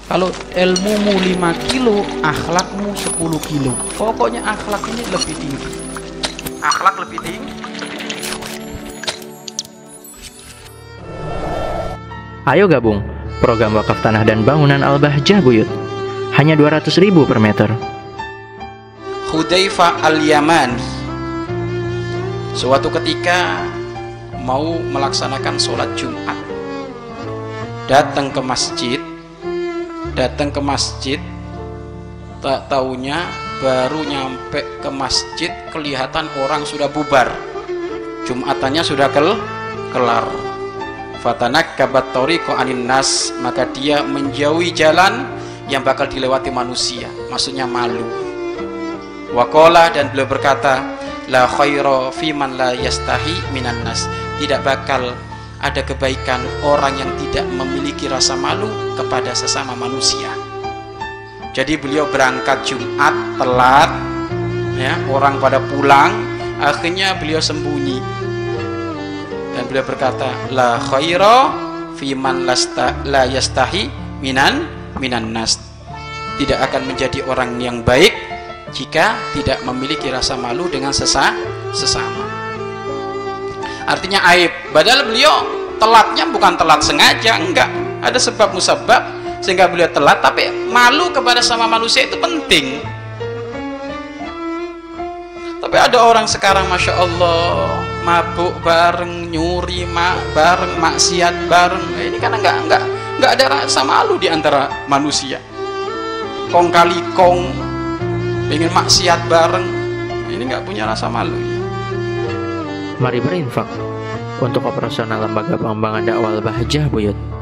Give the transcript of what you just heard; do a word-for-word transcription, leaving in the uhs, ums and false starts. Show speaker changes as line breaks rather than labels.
Kalau ilmumu lima kilo, akhlakmu sepuluh kilo. Pokoknya akhlak ini lebih tinggi. Akhlak lebih tinggi.
Ayo gabung program wakaf tanah dan bangunan Al-Bahjah Buyut. Hanya dua ratus ribu per meter.
Hudzaifah Al-Yamani suatu ketika mau melaksanakan sholat Jumat, datang ke masjid datang ke masjid tak taunya baru nyampe ke masjid kelihatan orang sudah bubar, Jumatannya sudah kel kelar. Fatanakkabat tariqu anin nas, maka dia menjauhi jalan yang bakal dilewati manusia, maksudnya malu. Waqala, dan beliau berkata, la khaira fi man la yastahi minan nas, tidak bakal ada kebaikan orang yang tidak memiliki rasa malu kepada sesama manusia. Jadi beliau berangkat Jumat telat, ya, orang pada pulang, akhirnya beliau sembunyi dan beliau berkata, la khaira fi man la yastahi minan minan nas, tidak akan menjadi orang yang baik jika tidak memiliki rasa malu dengan sesa, sesama. Artinya aib. Padahal beliau telatnya bukan telat sengaja, enggak, ada sebab musabab sehingga beliau telat, tapi malu kepada sama manusia itu penting. Tapi ada orang sekarang masya Allah mabuk bareng, nyuri mak bareng, maksiat bareng. Ini karena enggak enggak enggak ada rasa malu di antara manusia. Kong kali kong pengen maksiat bareng, ini enggak punya rasa malu.
Mari berinfak untuk operasional lembaga pengembangan dakwah Al-Bahjah Buyut.